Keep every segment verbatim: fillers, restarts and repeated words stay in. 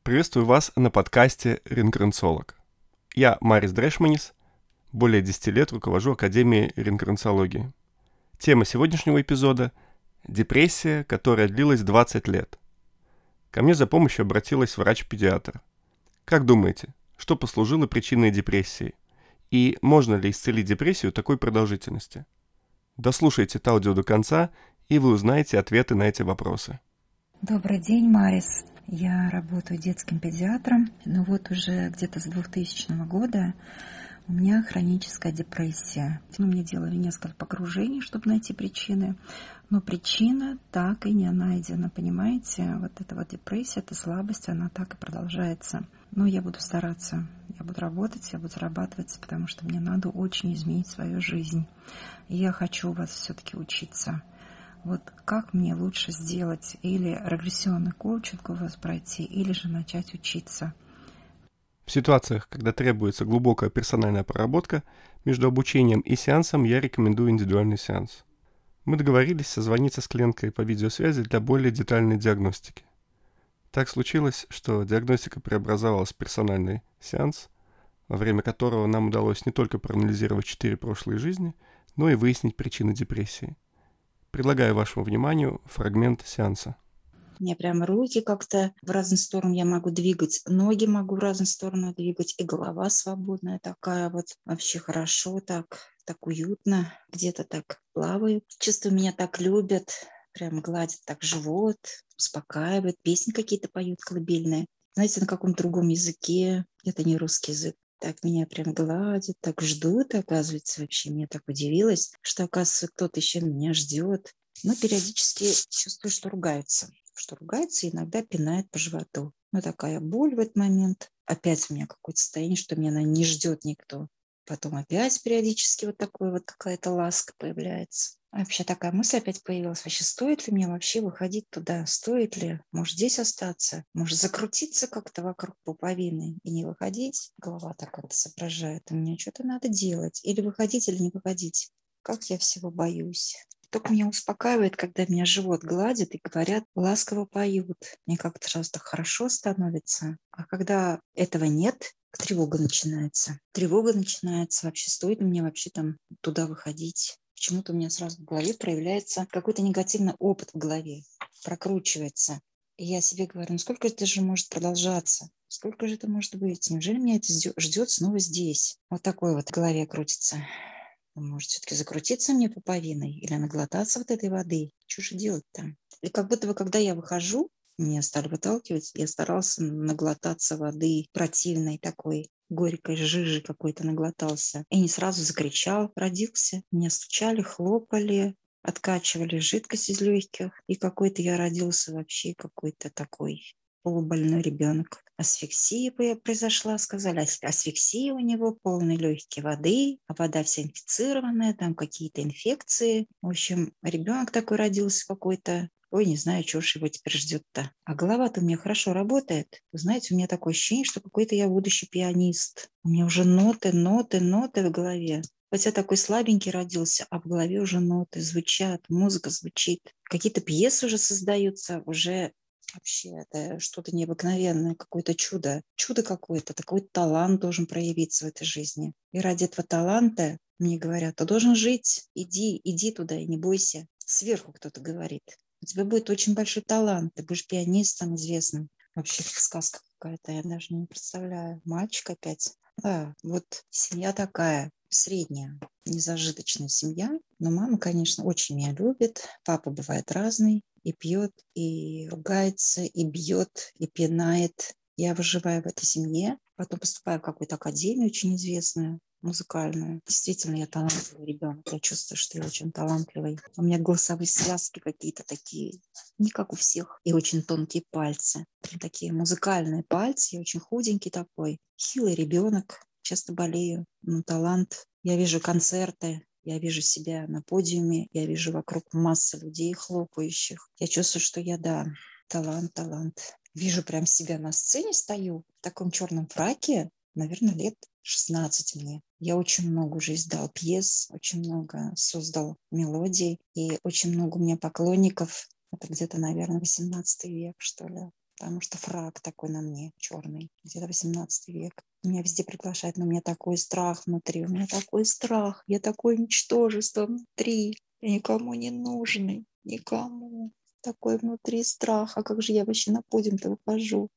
Приветствую вас на подкасте «Ринкренцолог». Я Марис Дрешманис, более десяти лет руковожу Академией ринкренцологии. Тема сегодняшнего эпизода – депрессия, которая длилась двадцать лет. Ко мне за помощью обратилась врач-педиатр. Как думаете, что послужило причиной депрессии? И можно ли исцелить депрессию такой продолжительности? Дослушайте это аудио до конца, и вы узнаете ответы на эти вопросы. Добрый день, Марис. Я работаю детским педиатром, но вот уже где-то с двухтысячного года у меня хроническая депрессия. Ну, мне делали несколько погружений, чтобы найти причины, но причина так и не найдена, понимаете? Вот эта вот депрессия, эта слабость, она так и продолжается. Но я буду стараться, я буду работать, я буду зарабатывать, потому что мне надо очень изменить свою жизнь. И я хочу у вас все-таки учиться. Вот как мне лучше сделать? Или регрессионный коучинг у вас пройти, или же начать учиться? В ситуациях, когда требуется глубокая персональная проработка, между обучением и сеансом я рекомендую индивидуальный сеанс. Мы договорились созвониться с клиенткой по видеосвязи для более детальной диагностики. Так случилось, что диагностика преобразовалась в персональный сеанс, во время которого нам удалось не только проанализировать четыре прошлые жизни, но и выяснить причины депрессии. Предлагаю вашему вниманию фрагмент сеанса. У меня прям руки как-то в разные стороны я могу двигать, ноги могу в разные стороны двигать, и голова свободная такая вот. Вообще хорошо так, так уютно. Где-то так плаваю. Чувствую, меня так любят. Прям гладят так живот, успокаивает. Песни какие-то поют колыбельные. Знаете, на каком-то другом языке. Это не русский язык. Так меня прям гладят, так ждут, оказывается, вообще. Меня так удивилось, что, оказывается, кто-то еще меня ждет. Но периодически чувствую, что ругаются. Что ругается и иногда пинает по животу. Но такая боль в этот момент. Опять у меня какое-то состояние, что меня наверное, не ждет никто. Потом опять периодически вот такой вот какая-то ласка появляется. А вообще такая мысль опять появилась. Вообще стоит ли мне вообще выходить туда? Стоит ли? Может здесь остаться? Может закрутиться как-то вокруг пуповины и не выходить? Голова так как-то соображает. У меня что-то надо делать. Или выходить, или не выходить. Как я всего боюсь. Только меня успокаивает, когда меня живот гладит и говорят, ласково поют. Мне как-то сразу так хорошо становится. А когда этого нет, тревога начинается. Тревога начинается. Вообще, стоит ли мне вообще там туда выходить? Почему-то у меня сразу в голове проявляется какой-то негативный опыт в голове. Прокручивается. И я себе говорю, ну сколько это же может продолжаться? Сколько же это может быть? Неужели меня это ждет снова здесь? Вот такой вот в голове крутится. Может, все-таки закрутиться мне пуповиной или наглотаться вот этой воды? Что же делать-то? И как будто бы, когда я выхожу, меня стали выталкивать, я старался наглотаться воды противной такой, горькой жижи какой-то наглотался. И не сразу закричал, родился. Меня стучали, хлопали, откачивали жидкость из легких. И какой-то я родился вообще какой-то такой полубольной ребенок. Асфиксия произошла, сказали, асфиксия у него, полные легкие воды, а вода вся инфицированная, там какие-то инфекции. В общем, ребенок такой родился какой-то. Ой, не знаю, что ж его теперь ждет-то. А голова-то у меня хорошо работает. Вы знаете, у меня такое ощущение, что какой-то я будущий пианист. У меня уже ноты, ноты, ноты в голове. Хотя такой слабенький родился, а в голове уже ноты звучат, музыка звучит. Какие-то пьесы уже создаются, уже вообще это что-то необыкновенное, какое-то чудо. Чудо какое-то, такой талант должен проявиться в этой жизни. И ради этого таланта мне говорят, ты должен жить, иди, иди туда и не бойся. Сверху кто-то говорит, у тебя будет очень большой талант, ты будешь пианистом известным. Вообще сказка какая-то, я даже не представляю. Мальчик опять. Да, вот семья такая, средняя, незажиточная семья. Но мама, конечно, очень меня любит. Папа бывает разный. И пьет, и ругается, и бьет, и пинает. Я выживаю в этой семье. Потом поступаю в какую-то академию очень известную, музыкальную. Действительно, я талантливый ребенок. Я чувствую, что я очень талантливый. У меня голосовые связки какие-то такие, не как у всех. И очень тонкие пальцы. Прям такие музыкальные пальцы. Я очень худенький такой. Хилый ребенок. Часто болею. Ну, талант. Я вижу концерты. Я вижу себя на подиуме, я вижу вокруг массы людей хлопающих. Я чувствую, что я, да, талант, талант. Вижу прям себя на сцене, стою в таком черном фраке, наверное, лет шестнадцать мне. Я очень много уже издал пьес, очень много создал мелодий, и очень много у меня поклонников. Это где-то, наверное, восемнадцатый век, что ли. потому что фрак такой на мне черный, где-то восемнадцатый век. Меня везде приглашают, но у меня такой страх внутри, у меня такой страх, я такое ничтожество внутри, я никому не нужный, никому. Такой внутри страх, а как же я вообще на подиум-то выхожу?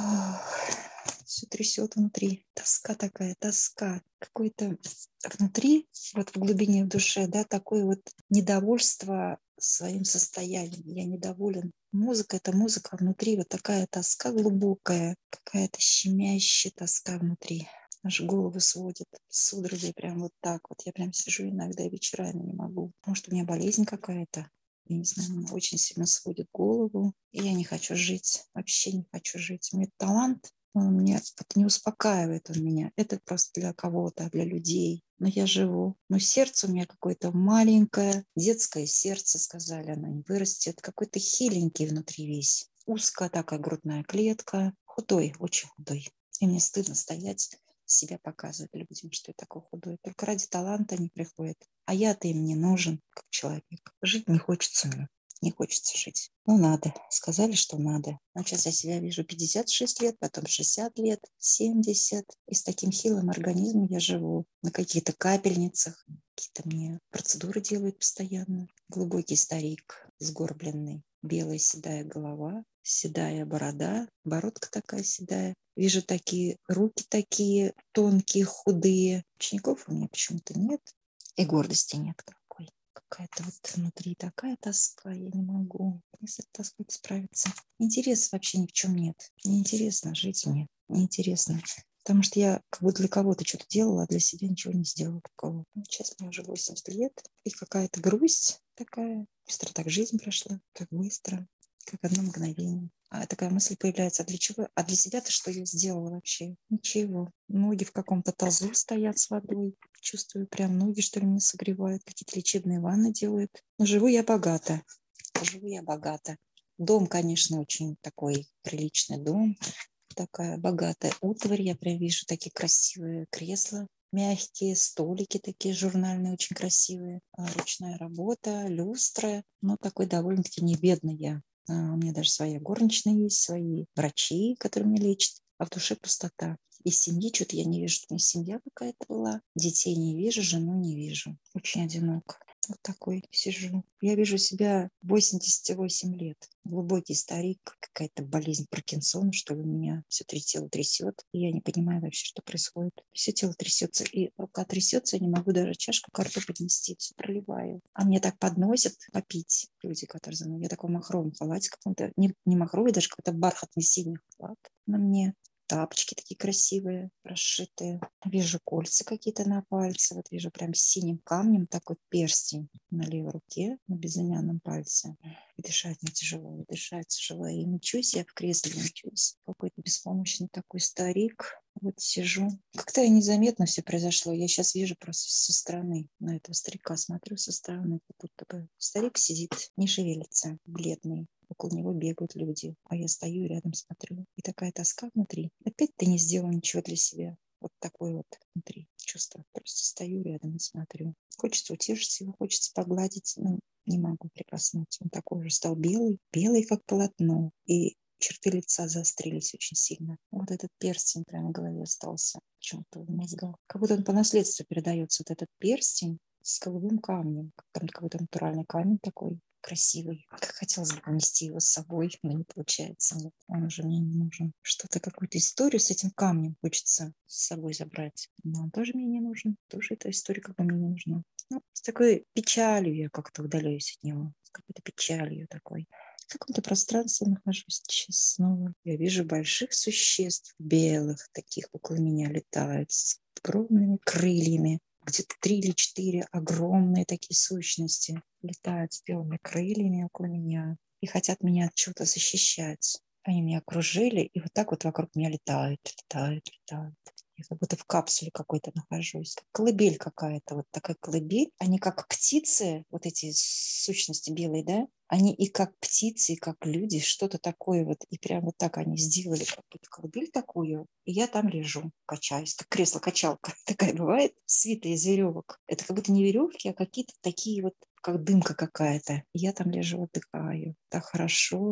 Все трясет внутри, тоска такая, тоска, какой-то внутри, вот в глубине в душе, да, такое вот недовольство своим состоянием. Я недоволен. Музыка — это музыка, а внутри вот такая тоска глубокая, какая-то щемящая тоска внутри. Аж голову сводит, судорогой прям вот так вот. Я прям сижу иногда вечерами не могу. Может, у меня болезнь какая-то. Я не знаю, она очень сильно сводит голову. И я не хочу жить, вообще не хочу жить. У меня талант, он мне это не успокаивает он меня. Это просто для кого-то, для людей. Но я живу. Но сердце у меня какое-то маленькое, детское сердце, сказали, оно не вырастет. Какой-то хиленький внутри весь. Узкая такая грудная клетка. Худой, очень худой. И мне стыдно стоять, себя показывать людям, что я такой худой. Только ради таланта не приходит. А я-то им не нужен, как человек. Жить не хочется мне. Не хочется жить. Ну, надо. Сказали, что надо. Но сейчас я себя вижу пятьдесят шесть лет, потом шестьдесят лет, семьдесят. И с таким хилым организмом я живу. На каких-то капельницах. Какие-то мне процедуры делают постоянно. Глубокий старик, сгорбленный. Белая седая голова, седая борода, бородка такая седая. Вижу такие руки такие тонкие, худые. Учеников у меня почему-то нет. И гордости нет какой. Какая-то вот внутри такая тоска, я не могу с этой тоской справиться. Интереса вообще ни в чем нет. Неинтересно жить мне, неинтересно. Потому что я как бы для кого-то что-то делала, а для себя ничего не сделала такого. Сейчас мне уже восемьдесят лет, и какая-то грусть такая. Быстро так жизнь прошла, как быстро, как одно мгновение. А такая мысль появляется, а для чего? А для себя-то что я сделала вообще? Ничего. Ноги в каком-то тазу стоят с водой. Чувствую, прям ноги, что ли, меня согревают. Какие-то лечебные ванны делают. Но живу я богато. Живу я богато. Дом, конечно, очень такой приличный дом. Такая богатая утварь. Я прям вижу такие красивые кресла. Мягкие столики такие журнальные, очень красивые. Ручная работа, люстры. Но такой довольно-таки не бедный я. А у меня даже своя горничная есть, свои врачи, которые меня лечат. А в душе пустота. И семьи что-то я не вижу, что у меня семья какая-то была. Детей не вижу, жену не вижу. Очень одиноко. Вот такой сижу. Я вижу себя восемьдесят восемь лет. Глубокий старик, какая-то болезнь Паркинсона, что ли, у меня все три тело трясет. И я не понимаю вообще, что происходит. Все тело трясется. И рука трясется, я не могу даже чашку карту поднести. Все проливаю. А мне так подносят попить люди, которые за мной. Я такой махровом халате каком-то. Не, не махровый, даже какой-то бархатный синий халат на мне. Тапочки такие красивые, расшитые. Вижу кольца какие-то на пальце. Вот вижу прям синим камнем такой перстень на левой руке, на безымянном пальце. И дышать мне тяжело, и дышать тяжело. И мечусь я в кресле, мечусь. Какой-то беспомощный такой старик. Вот сижу. Как-то и незаметно все произошло. Я сейчас вижу просто со стороны на этого старика. Смотрю со стороны, как будто бы старик сидит, не шевелится, бледный. Около него бегают люди, а я стою и рядом смотрю. И такая тоска внутри. Опять ты не сделал ничего для себя. Вот такое вот внутри чувство. Просто стою рядом и смотрю. Хочется утешить его, хочется погладить, но не могу прикоснуться. Он такой уже стал белый, белый как полотно. И черты лица заострились очень сильно. Вот этот перстень прямо в голове остался. Почему-то в мозгах. Как будто он по наследству передается. Вот этот перстень с голубым камнем. Как какой-то натуральный камень такой. Красивый. Как хотелось бы понести его с собой, но не получается. Нет, он уже мне не нужен. Что-то, какую-то историю с этим камнем хочется с собой забрать. Но он тоже мне не нужен. Тоже эта история как бы мне не нужна. Ну, с такой печалью я как-то удаляюсь от него. С какой-то печалью такой. В каком-то пространстве нахожусь сейчас снова. Я вижу больших существ, белых, таких около меня летают, с огромными крыльями. Где-то три или четыре огромные такие сущности летают с белыми крыльями около меня и хотят меня от чего-то защищать. Они меня окружили и вот так вот вокруг меня летают, летают, летают. Я как будто в капсуле какой-то нахожусь. Как колыбель какая-то, вот такая колыбель. Они как птицы, вот эти сущности белые, да? Они и как птицы, и как люди, что-то такое вот. И прям вот так они сделали какую-то колыбель такую. И я там лежу, качаюсь, как кресло-качалка. Такая бывает, свита из веревок. Это как будто не веревки, а какие-то такие вот, как дымка какая-то. И я там лежу, отдыхаю. Так хорошо.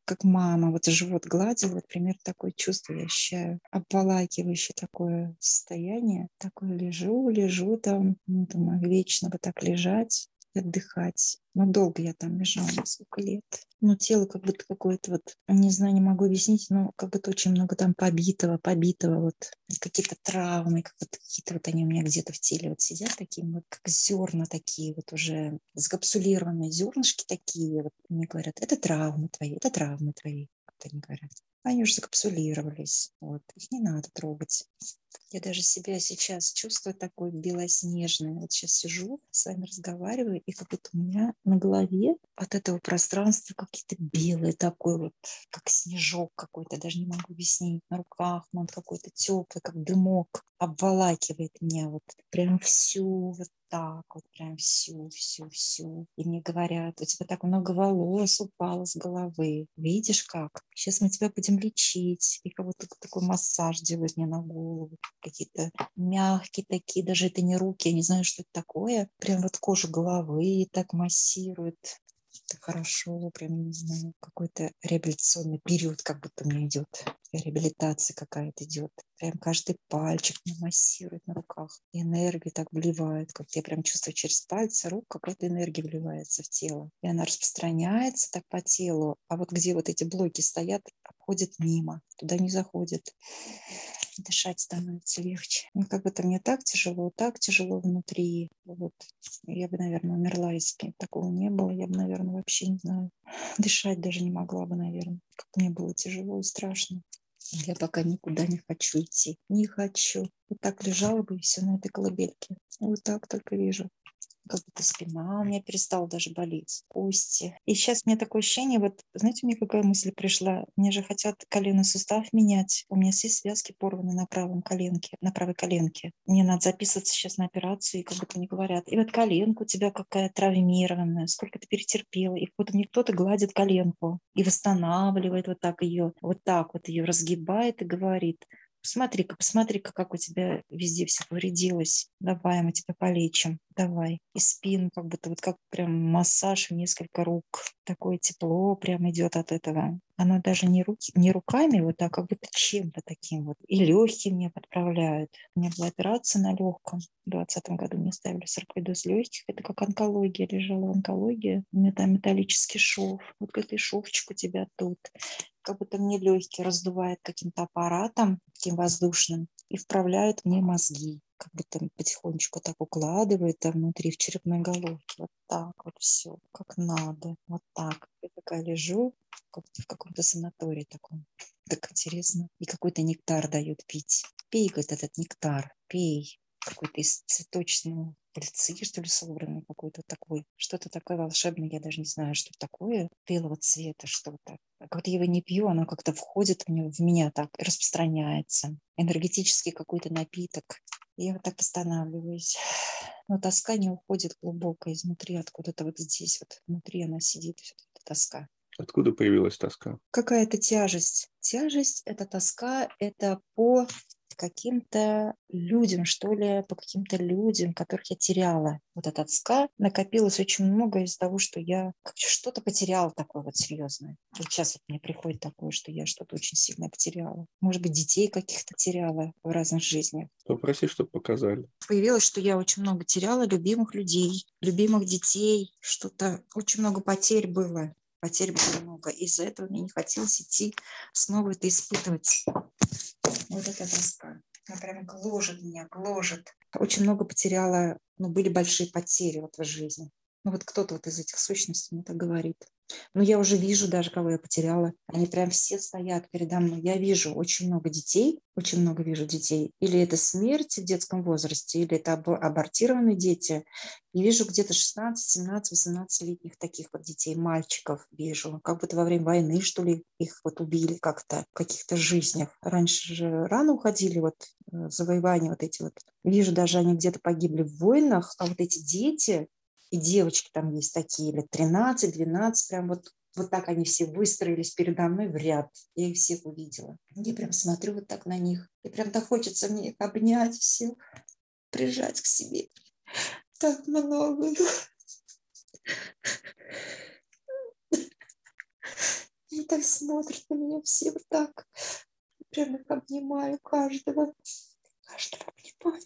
как мама вот живот гладила, вот примерно такое чувство я ощущаю, обволакивающее такое состояние. Такое лежу, лежу там, ну, думаю, вечно бы так лежать и отдыхать. Но долго я там лежала, несколько лет. Но тело как будто какое-то вот, не знаю, не могу объяснить, но как будто очень много там побитого, побитого, вот какие-то травмы, как вот какие-то вот они у меня где-то в теле вот сидят такие, вот как зерна такие, вот уже закапсулированные зернышки такие. Вот мне говорят, это травмы твои, это травмы твои, как они говорят. Они уже закапсулировались, вот, их не надо трогать. Я даже себя сейчас чувствую такой белоснежной. Вот сейчас сижу, с вами разговариваю, и как будто у меня на голове от этого пространства какие-то белые такой вот, как снежок какой-то, даже не могу объяснить, на руках, но он какой-то теплый, как дымок, обволакивает меня вот прям всю вот так вот, прям всю, всю, всю. И мне говорят, у тебя так много волос упало с головы. Видишь как? Сейчас мы тебя будем лечить. И как будто такой массаж делают мне на голову. Какие-то мягкие такие, даже это не руки, я не знаю, что это такое. Прям вот кожу головы так массируют. Это хорошо, прям, не знаю, какой-то реабилитационный период как будто у меня идет. Реабилитация какая-то идет. Прям каждый пальчик мне массирует на руках. И энергию так вливает. Как я прям чувствую через пальцы рук, какая-то энергия вливается в тело. И она распространяется так по телу. А вот где вот эти блоки стоят, обходят мимо. Туда не заходят. Дышать становится легче. Ну, как будто мне так тяжело, так тяжело внутри. Вот. Я бы, наверное, умерла, если бы такого не было. Я бы, наверное, вообще не знаю. Дышать даже не могла бы, наверное. Как мне было тяжело и страшно. Я пока никуда не хочу идти. Не хочу. Вот так лежала бы и все на этой колыбельке. Вот так только вижу. Как будто спина у меня перестала даже болеть, кости. И сейчас у меня такое ощущение, вот, знаете, мне какая мысль пришла? Мне же хотят коленный сустав менять. У меня все связки порваны на правом коленке, на правой коленке. Мне надо записываться сейчас на операцию, и как будто мне говорят, и вот коленка у тебя какая травмированная, сколько ты перетерпела. И вот мне кто-то гладит коленку и восстанавливает вот так ее, вот так вот ее разгибает и говорит, посмотри-ка, посмотри-ка, как у тебя везде все повредилось. Давай, мы тебя полечим. Давай. И спину, как будто вот как прям массаж в несколько рук. Такое тепло прям идет от этого. Оно даже не, руки, не руками, вот так, как будто чем-то таким вот. И легкие мне подправляют. У меня была операция на легком. В двадцатом году мне ставили саркоидоз легких. Это как онкология, лежала онкология. У меня там металлический шов. Вот какой шовчик у тебя тут. Как будто мне легкие раздувает каким-то аппаратом, таким воздушным, и вправляют мне мозги. Как будто потихонечку так укладывает там внутри в черепной головке. Вот так вот все, как надо. Вот так. Я такая лежу как в каком-то санатории таком. Так интересно. И какой-то нектар дают пить. Пей, говорит, этот нектар, пей. Какой-то из цветочного пыльцы, что ли, собранный какой-то такой. Что-то такое волшебное, я даже не знаю, что такое. Белого цвета что-то. Как я его не пью, оно как-то входит в, него, в меня так, распространяется. Энергетический какой-то напиток. Я вот так останавливаюсь. Но тоска не уходит глубоко изнутри, откуда-то вот здесь, вот внутри она сидит, вот эта тоска. Откуда появилась тоска? Какая-то тяжесть. Тяжесть – это тоска, это по каким-то людям, что ли, по каким-то людям, которых я теряла. Вот эта тоска накопилась очень много из-за того, что я что-то потеряла такое вот серьезное. Вот сейчас вот мне приходит такое, что я что-то очень сильно потеряла. Может быть, детей каких-то теряла в разных жизнях. Попроси, чтобы показали. Появилось, что я очень много теряла любимых людей, любимых детей, что-то очень много потерь было. Потерь было много. Из-за этого мне не хотелось идти снова это испытывать. Вот эта тоска. Она прям гложет меня, гложет. Очень много потеряла, ну, были большие потери вот в жизни. Ну, вот кто-то вот из этих сущностей мне так говорит. Но я уже вижу даже, кого я потеряла. Они прям все стоят передо мной. Я вижу очень много детей, очень много вижу детей. Или это смерть в детском возрасте, или это аб- абортированные дети. И вижу где-то шестнадцать, семнадцать, восемнадцать-летних таких вот детей, мальчиков вижу. Как будто во время войны, что ли, их вот убили как-то в каких-то жизнях. Раньше же рано уходили вот э, завоевания вот эти вот. Вижу, даже они где-то погибли в войнах, а вот эти дети, и девочки там есть такие, лет тринадцать, двенадцать, прям вот, вот так они все выстроились передо мной в ряд. Я их всех увидела. Я прям смотрю вот так на них. И прям так хочется мне их обнять всех, прижать к себе. Так много. Они так смотрят на меня все вот так. Прям их обнимаю каждого. Каждого обнимаю.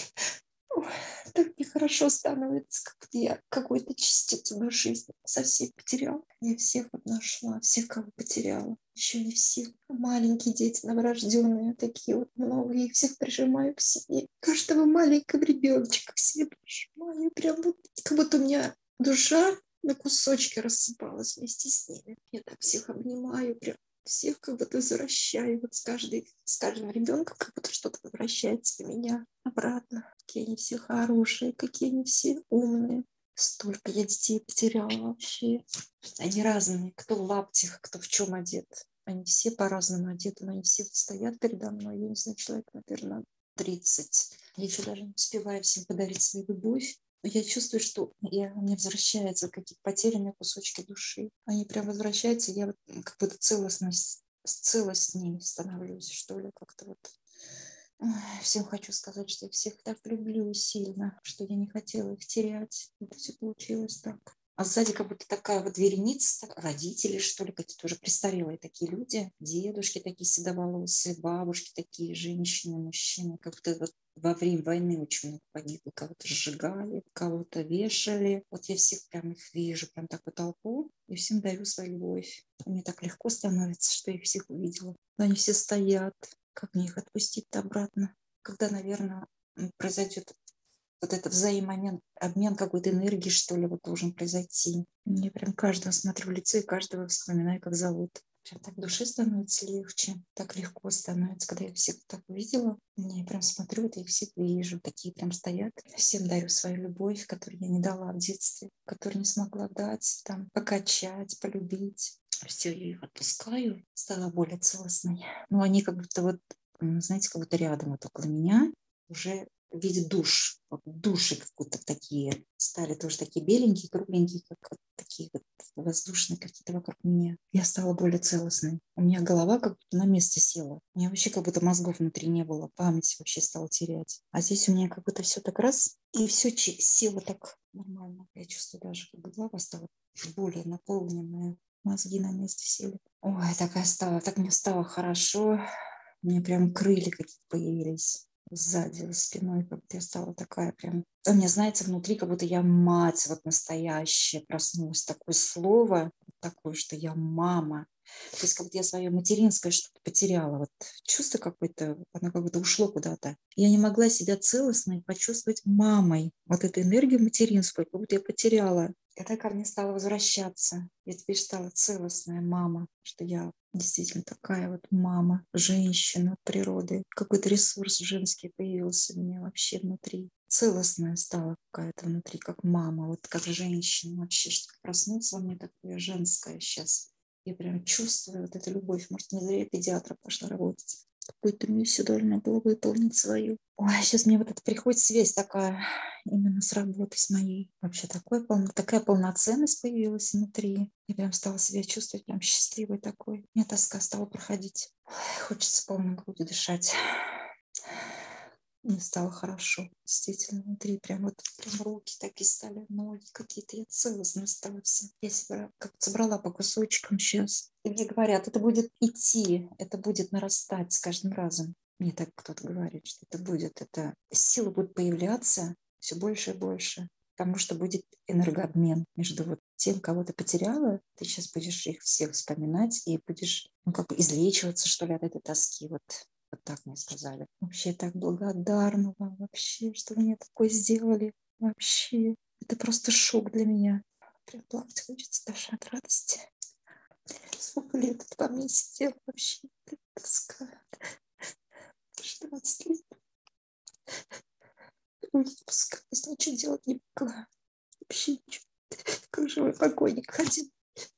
Ой, так нехорошо становится, как будто я какую-то частицу души совсем потеряла. Я всех вот нашла, всех, кого потеряла. Еще не всех. Маленькие дети, новорожденные, такие вот много. Я их всех прижимаю к себе. Каждого маленького ребеночка к себе прижимаю. Прям вот, как будто у меня душа на кусочки рассыпалась вместе с ними. Я так всех обнимаю, прям всех как будто возвращаю. Вот с, каждой, с каждым ребенком как будто что-то возвращается в меня обратно. Какие они все хорошие, какие они все умные. Столько я детей потеряла вообще. Они разные. Кто в лаптях, кто в чем одет. Они все по-разному одеты, но они все вот стоят передо мной. Я не знаю, человек, наверное, тридцать. Я еще даже не успеваю всем подарить свою любовь. Но я чувствую, что я, у меня возвращаются какие-то потерянные кусочки души. Они прям возвращаются, я вот как будто целостность, целостней становлюсь, что ли, как-то вот. Ой, всем хочу сказать, что я всех так люблю сильно, что я не хотела их терять. Это все получилось так. А сзади как будто такая вот вереница, так, родители, что ли, какие-то уже престарелые такие люди, дедушки такие седоволосые, бабушки такие, женщины, мужчины, как будто вот во время войны очень много погибло, кого-то сжигали, кого-то вешали. Вот я всех прям их вижу, прям такую толпу, и всем даю свою любовь. И мне так легко становится, что я их всех увидела. Но они все стоят. Как мне их отпустить-то обратно? Когда, наверное, произойдет вот этот взаимомент, обмен какой-то энергии, что ли, вот должен произойти. Я прям каждого смотрю в лицо и каждого вспоминаю, как зовут. Прям так душе становится легче, так легко становится, когда я всех так увидела. Я прям смотрю, вот я их всех вижу, такие прям стоят. Всем дарю свою любовь, которую я не дала в детстве, которую не смогла дать, там, покачать, полюбить. Все, я их отпускаю, стала более целостной. Но они как будто вот, знаете, как будто рядом вот около меня уже в виде душ. Вот души как будто такие стали тоже такие беленькие, кругленькие, как вот такие вот воздушные какие-то вокруг меня. Я стала более целостной. У меня голова как будто на место села. У меня вообще как будто мозгов внутри не было, память вообще стала терять. А здесь у меня как будто все так раз, и все село так нормально. Я чувствую даже, как бы голова стала более наполненная. Мозги на месте сели. Ой, такая стала, так мне стало хорошо. У меня прям крылья какие-то появились сзади, за спиной. Как будто я стала такая прям... У меня, знаете, внутри как будто я мать вот настоящая. Проснулось такое слово, такое, что я мама. То есть как будто я свое материнское что-то потеряла. Вот чувство какое-то, оно как будто ушло куда-то. Я не могла себя целостной почувствовать мамой. Вот эту энергию материнскую, как будто я потеряла. Это ко мне стало возвращаться. Я теперь стала целостная мама, что я действительно такая вот мама, женщина от природы. Какой-то ресурс женский появился у меня вообще внутри. Целостная стала какая-то внутри, как мама, вот как женщина вообще, что проснуться во мне такое женское сейчас. Я прям чувствую вот эту любовь. Может, не зря я педиатра пошла работать. Какую-то миссию должна была выполнить свою. Ой, сейчас мне вот это приходит связь такая именно с работой с моей. Вообще такой, такая полноценность появилась внутри. Я прям стала себя чувствовать прям счастливой такой. У меня тоска стала проходить. Ой, хочется полной грудью дышать. Мне стало хорошо, действительно, внутри прям вот прям руки такие стали, ноги какие-то, я целостная стала вся. Я себя как собрала по кусочкам сейчас. И мне говорят, это будет идти, это будет нарастать с каждым разом. Мне так кто-то говорит, что это будет, это сила будет появляться все больше и больше, потому что будет энергообмен между вот тем, кого ты потеряла, ты сейчас будешь их всех вспоминать и будешь, ну, как бы излечиваться, что ли, от этой тоски, вот. Вот так мне сказали. Вообще так благодарна вам вообще, что вы мне такое сделали. Вообще. Это просто шок для меня. Прям плакать хочется даже от радости. Сколько лет это во мне сидело вообще. Прям тоска. шестнадцать лет. Ой, не пускалась, ничего делать не могла. Вообще ничего. Как живой покойник ходил.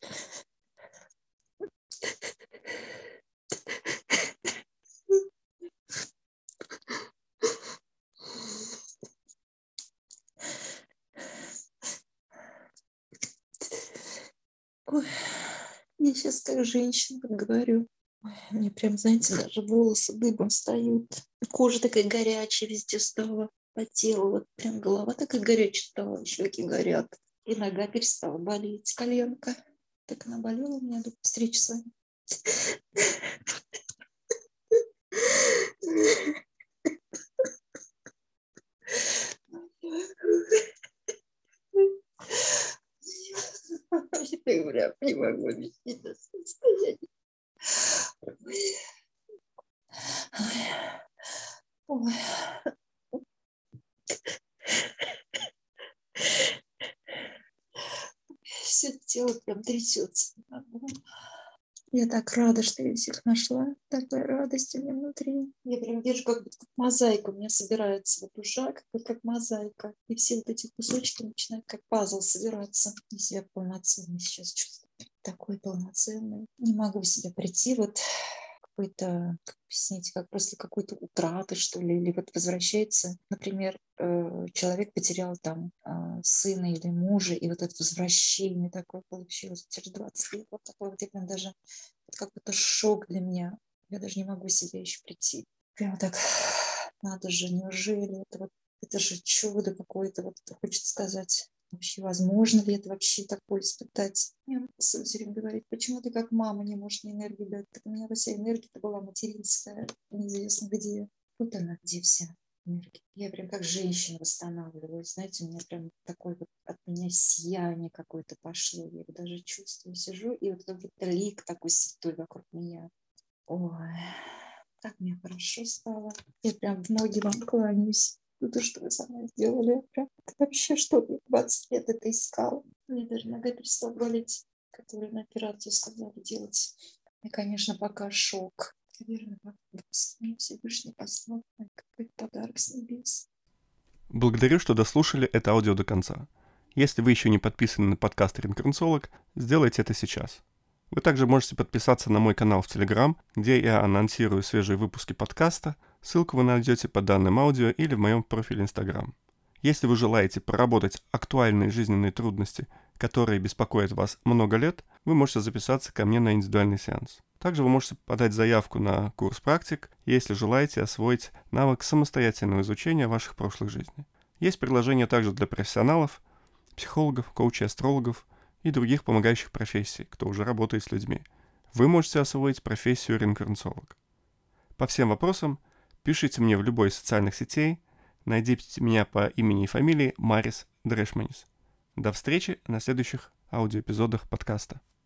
Ой, я сейчас как женщина говорю. Ой, мне прям, знаете, даже волосы дыбом встают. Кожа такая горячая везде стала. По телу вот прям голова такая горячая стала, щеки горят. И нога перестала болеть, коленка. Так наболело у меня до встречи с вами. Я говорю, не могу объяснить это состояние. Ой. Все тело прям трясется. Я так рада, что я всех нашла. Такая радость у меня внутри. Я прям вижу, как будто как мозаика у меня собирается. Вот душа, как, вот как мозаика. И все вот эти кусочки начинают как пазл собираться. Я себя полноценной сейчас чувствую. Такой полноценный. Не могу в себя прийти. Вот какой-то, как объяснить, как после какой-то утраты, что ли, или вот возвращается, например, человек потерял там сына или мужа, и вот это возвращение такое получилось через двадцать лет, вот такой вот именно даже как будто шок для меня. Я даже не могу себе еще прийти. Прям так, надо же, неужели это вот, это же чудо какое-то, вот хочется сказать. Вообще, возможно ли это вообще такое испытать? Мне сын все время говорит, почему ты как мама не можешь мне энергию дать? Так у меня вся энергия-то была материнская, неизвестно где. Вот она, где вся энергия. Я прям как женщина восстанавливаюсь. Знаете, у меня прям такое вот от меня сияние какое-то пошло. Я его даже чувствую, сижу, и вот как будто лик такой святой вокруг меня. Ой, как мне хорошо стало. Я прям в ноги вам кланяюсь. То, что вы со мной сделали, прям это вообще что я двадцать лет это искала. Мне даже нога перестала болеть, которую на операцию сказали делать. И, конечно, пока шок. Наверное, мне Всевышний послал какой-то подарок с небес. Благодарю, что дослушали это аудио до конца. Если вы еще не подписаны на подкаст «Реинкарнациолог», сделайте это сейчас. Вы также можете подписаться на мой канал в Telegram, где я анонсирую свежие выпуски подкаста. Ссылку вы найдете под данным аудио или в моем профиле Instagram. Если вы желаете проработать актуальные жизненные трудности, которые беспокоят вас много лет, вы можете записаться ко мне на индивидуальный сеанс. Также вы можете подать заявку на курс практик, если желаете освоить навык самостоятельного изучения ваших прошлых жизней. Есть предложения также для профессионалов, психологов, коучей, астрологов и других помогающих профессий, кто уже работает с людьми. Вы можете освоить профессию реинкарнациолог. По всем вопросам пишите мне в любой из социальных сетей, найдите меня по имени и фамилии Марис Дрешманис. До встречи на следующих аудиоэпизодах подкаста.